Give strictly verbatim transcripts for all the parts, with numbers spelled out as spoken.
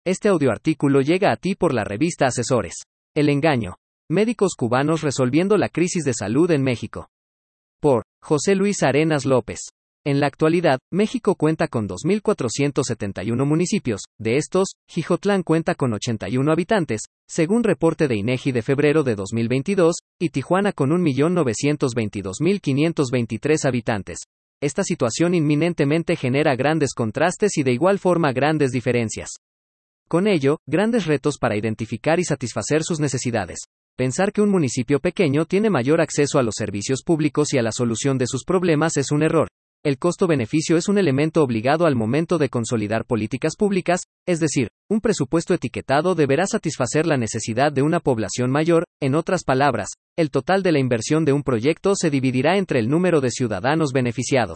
Este audioartículo llega a ti por la revista Asesores. El engaño. Médicos cubanos resolviendo la crisis de salud en México. Por José Luis Arenas López. En la actualidad, México cuenta con dos mil cuatrocientos setenta y uno municipios. De estos, Jijotlán cuenta con ochenta y uno habitantes, según reporte de INEGI de febrero de dos mil veintidós, y Tijuana con un millón novecientos veintidós mil quinientos veintitrés habitantes. Esta situación inminentemente genera grandes contrastes y de igual forma grandes diferencias. Con ello, grandes retos para identificar y satisfacer sus necesidades. Pensar que un municipio pequeño tiene mayor acceso a los servicios públicos y a la solución de sus problemas es un error. El costo-beneficio es un elemento obligado al momento de consolidar políticas públicas, es decir, un presupuesto etiquetado deberá satisfacer la necesidad de una población mayor. En otras palabras, el total de la inversión de un proyecto se dividirá entre el número de ciudadanos beneficiados.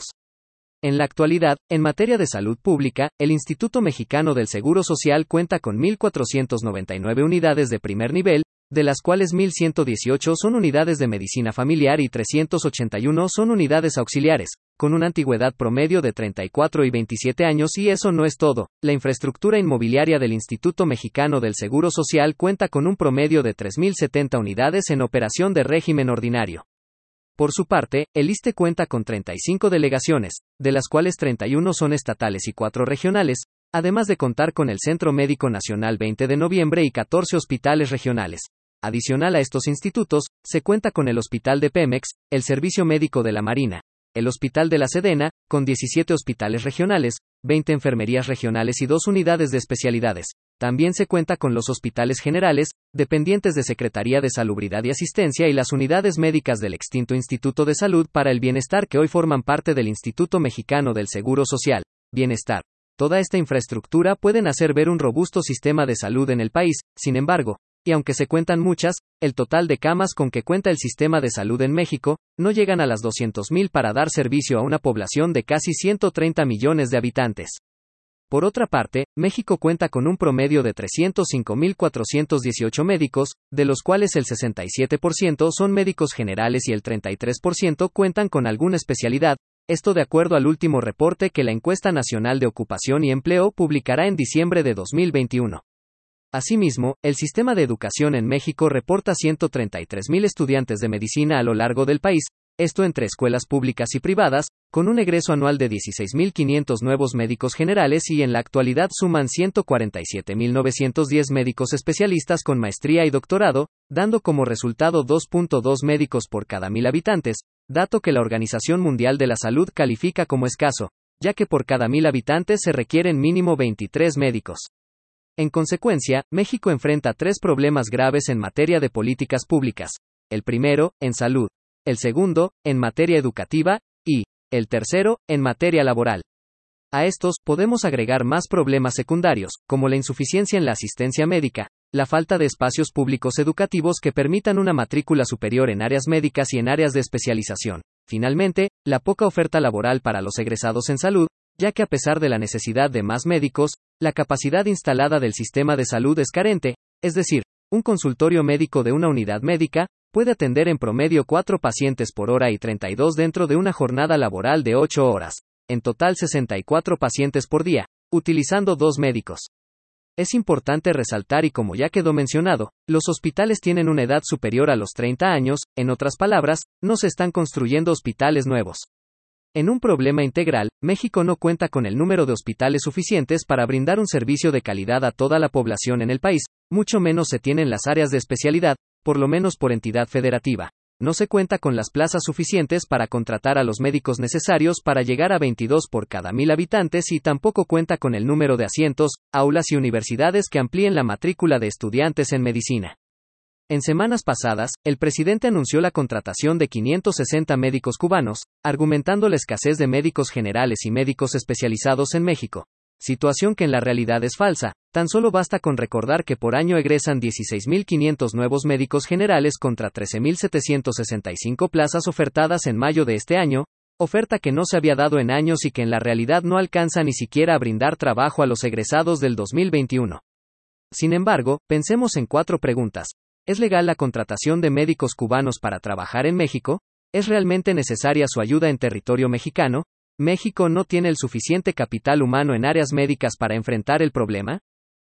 En la actualidad, en materia de salud pública, el Instituto Mexicano del Seguro Social cuenta con mil cuatrocientas noventa y nueve unidades de primer nivel, de las cuales mil ciento dieciocho son unidades de medicina familiar y trescientas ochenta y uno son unidades auxiliares, con una antigüedad promedio de treinta y cuatro y veintisiete años. Y eso no es todo. La infraestructura inmobiliaria del Instituto Mexicano del Seguro Social cuenta con un promedio de tres mil setenta unidades en operación de régimen ordinario. Por su parte, el ISSSTE cuenta con treinta y cinco delegaciones, de las cuales treinta y uno son estatales y cuatro regionales, además de contar con el Centro Médico Nacional veinte de noviembre y catorce hospitales regionales. Adicional a estos institutos, se cuenta con el Hospital de Pemex, el Servicio Médico de la Marina, el Hospital de la Sedena, con diecisiete hospitales regionales, veinte enfermerías regionales y dos unidades de especialidades. También se cuenta con los hospitales generales, dependientes de Secretaría de Salubridad y Asistencia, y las unidades médicas del extinto Instituto de Salud para el Bienestar, que hoy forman parte del Instituto Mexicano del Seguro Social. Bienestar. Toda esta infraestructura pueden hacer ver un robusto sistema de salud en el país. Sin embargo, y aunque se cuentan muchas, el total de camas con que cuenta el sistema de salud en México no llegan a las doscientos mil para dar servicio a una población de casi ciento treinta millones de habitantes. Por otra parte, México cuenta con un promedio de trescientos cinco mil cuatrocientos dieciocho médicos, de los cuales el sesenta y siete por ciento son médicos generales y el treinta y tres por ciento cuentan con alguna especialidad, esto de acuerdo al último reporte que la Encuesta Nacional de Ocupación y Empleo publicará en diciembre de dos mil veintiuno. Asimismo, el sistema de educación en México reporta ciento treinta y tres mil estudiantes de medicina a lo largo del país, esto entre escuelas públicas y privadas, con un egreso anual de dieciséis mil quinientos nuevos médicos generales, y en la actualidad suman ciento cuarenta y siete mil novecientos diez médicos especialistas con maestría y doctorado, dando como resultado dos punto dos médicos por cada mil habitantes, dato que la Organización Mundial de la Salud califica como escaso, ya que por cada mil habitantes se requieren mínimo veintitrés médicos. En consecuencia, México enfrenta tres problemas graves en materia de políticas públicas. El primero, en salud. El segundo, en materia educativa, y el tercero, en materia laboral. A estos, podemos agregar más problemas secundarios, como la insuficiencia en la asistencia médica, la falta de espacios públicos educativos que permitan una matrícula superior en áreas médicas y en áreas de especialización. Finalmente, la poca oferta laboral para los egresados en salud, ya que a pesar de la necesidad de más médicos, la capacidad instalada del sistema de salud es carente, es decir, un consultorio médico de una unidad médica puede atender en promedio cuatro pacientes por hora y treinta y dos dentro de una jornada laboral de ocho horas, en total sesenta y cuatro pacientes por día, utilizando dos médicos. Es importante resaltar, y como ya quedó mencionado, los hospitales tienen una edad superior a los treinta años, en otras palabras, no se están construyendo hospitales nuevos. En un problema integral, México no cuenta con el número de hospitales suficientes para brindar un servicio de calidad a toda la población en el país, mucho menos se tienen las áreas de especialidad, por lo menos por entidad federativa. No se cuenta con las plazas suficientes para contratar a los médicos necesarios para llegar a veintidós por cada mil habitantes, y tampoco cuenta con el número de asientos, aulas y universidades que amplíen la matrícula de estudiantes en medicina. En semanas pasadas, el presidente anunció la contratación de quinientos sesenta médicos cubanos, argumentando la escasez de médicos generales y médicos especializados en México. Situación que en la realidad es falsa. Tan solo basta con recordar que por año egresan dieciséis mil quinientos nuevos médicos generales contra trece mil setecientos sesenta y cinco plazas ofertadas en mayo de este año, oferta que no se había dado en años y que en la realidad no alcanza ni siquiera a brindar trabajo a los egresados del dos mil veintiuno. Sin embargo, pensemos en cuatro preguntas. ¿Es legal la contratación de médicos cubanos para trabajar en México? ¿Es realmente necesaria su ayuda en territorio mexicano? ¿México no tiene el suficiente capital humano en áreas médicas para enfrentar el problema?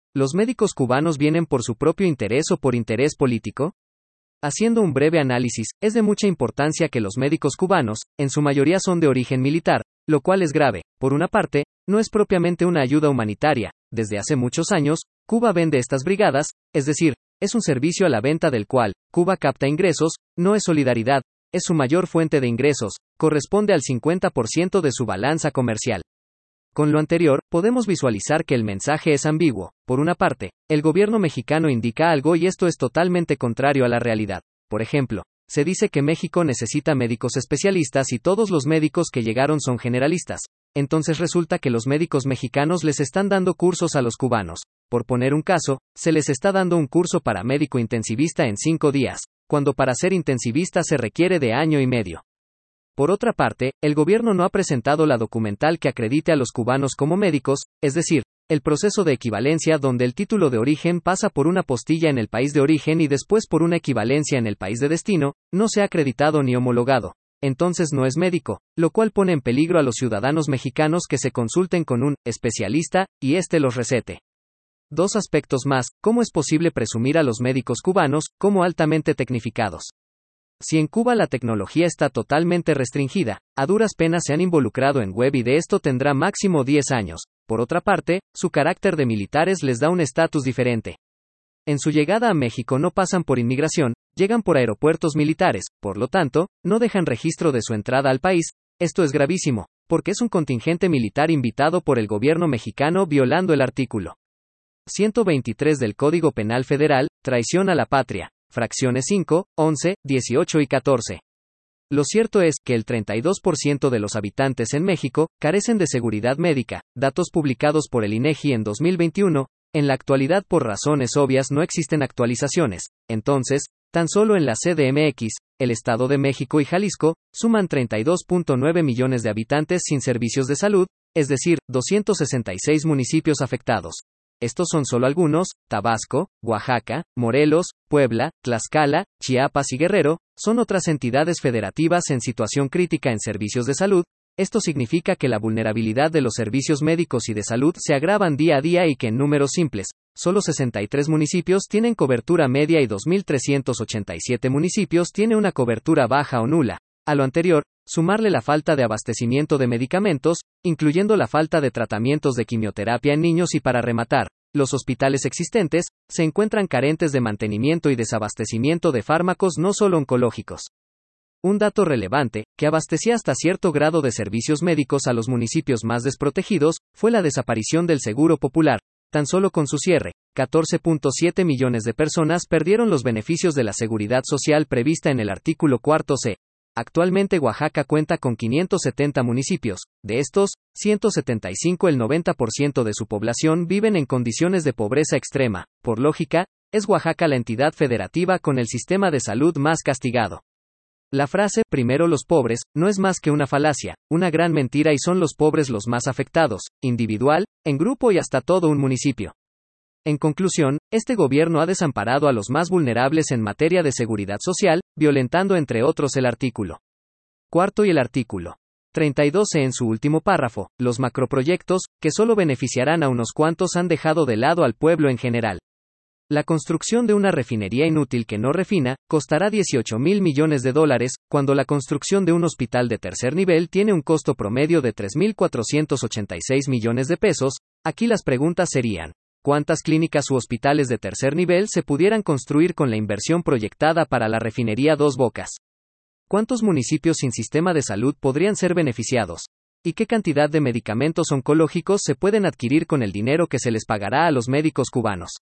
¿Los médicos cubanos vienen por su propio interés o por interés político? Haciendo un breve análisis, es de mucha importancia que los médicos cubanos, en su mayoría son de origen militar, lo cual es grave. Por una parte, no es propiamente una ayuda humanitaria. Desde hace muchos años, Cuba vende estas brigadas, es decir, es un servicio a la venta del cual Cuba capta ingresos, no es solidaridad, es su mayor fuente de ingresos, corresponde al cincuenta por ciento de su balanza comercial. Con lo anterior, podemos visualizar que el mensaje es ambiguo. Por una parte, el gobierno mexicano indica algo y esto es totalmente contrario a la realidad. Por ejemplo, se dice que México necesita médicos especialistas y todos los médicos que llegaron son generalistas. Entonces resulta que los médicos mexicanos les están dando cursos a los cubanos. Por poner un caso, se les está dando un curso para médico intensivista en cinco días, cuando para ser intensivista se requiere de año y medio. Por otra parte, el gobierno no ha presentado la documental que acredite a los cubanos como médicos, es decir, el proceso de equivalencia donde el título de origen pasa por una postilla en el país de origen y después por una equivalencia en el país de destino, no se ha acreditado ni homologado. Entonces no es médico, lo cual pone en peligro a los ciudadanos mexicanos que se consulten con un especialista y éste los recete. Dos aspectos más: ¿cómo es posible presumir a los médicos cubanos como altamente tecnificados? Si en Cuba la tecnología está totalmente restringida, a duras penas se han involucrado en web y de esto tendrá máximo diez años. Por otra parte, su carácter de militares les da un estatus diferente. En su llegada a México no pasan por inmigración, llegan por aeropuertos militares, por lo tanto, no dejan registro de su entrada al país. Esto es gravísimo, porque es un contingente militar invitado por el gobierno mexicano violando el artículo ciento veintitrés del Código Penal Federal, traición a la patria. Fracciones cinco, once, dieciocho y catorce. Lo cierto es que el treinta y dos por ciento de los habitantes en México carecen de seguridad médica, datos publicados por el INEGI en dos mil veintiuno. En la actualidad, por razones obvias, no existen actualizaciones. Entonces, tan solo en la C D M X, el Estado de México y Jalisco suman treinta y dos punto nueve millones de habitantes sin servicios de salud, es decir, doscientos sesenta y seis municipios afectados. Estos son solo algunos: Tabasco, Oaxaca, Morelos, Puebla, Tlaxcala, Chiapas y Guerrero, son otras entidades federativas en situación crítica en servicios de salud. Esto significa que la vulnerabilidad de los servicios médicos y de salud se agravan día a día y que en números simples, solo sesenta y tres municipios tienen cobertura media y dos mil trescientos ochenta y siete municipios tienen una cobertura baja o nula. A lo anterior, sumarle la falta de abastecimiento de medicamentos, incluyendo la falta de tratamientos de quimioterapia en niños y para rematar, los hospitales existentes se encuentran carentes de mantenimiento y desabastecimiento de fármacos no solo oncológicos. Un dato relevante, que abastecía hasta cierto grado de servicios médicos a los municipios más desprotegidos, fue la desaparición del Seguro Popular. Tan solo con su cierre, catorce punto siete millones de personas perdieron los beneficios de la seguridad social prevista en el artículo cuarto C. Actualmente Oaxaca cuenta con quinientos setenta municipios. De estos, ciento setenta y cinco, el noventa por ciento de su población viven en condiciones de pobreza extrema. Por lógica, es Oaxaca la entidad federativa con el sistema de salud más castigado. La frase, primero los pobres, no es más que una falacia, una gran mentira y son los pobres los más afectados, individual, en grupo y hasta todo un municipio. En conclusión, este gobierno ha desamparado a los más vulnerables en materia de seguridad social, violentando entre otros el artículo cuarto y el artículo treinta y dos en su último párrafo. Los macroproyectos, que solo beneficiarán a unos cuantos, han dejado de lado al pueblo en general. La construcción de una refinería inútil que no refina, costará dieciocho mil millones de dólares, cuando la construcción de un hospital de tercer nivel tiene un costo promedio de tres mil cuatrocientos ochenta y seis millones de pesos. Aquí las preguntas serían: ¿cuántas clínicas u hospitales de tercer nivel se pudieran construir con la inversión proyectada para la refinería Dos Bocas? ¿Cuántos municipios sin sistema de salud podrían ser beneficiados? ¿Y qué cantidad de medicamentos oncológicos se pueden adquirir con el dinero que se les pagará a los médicos cubanos?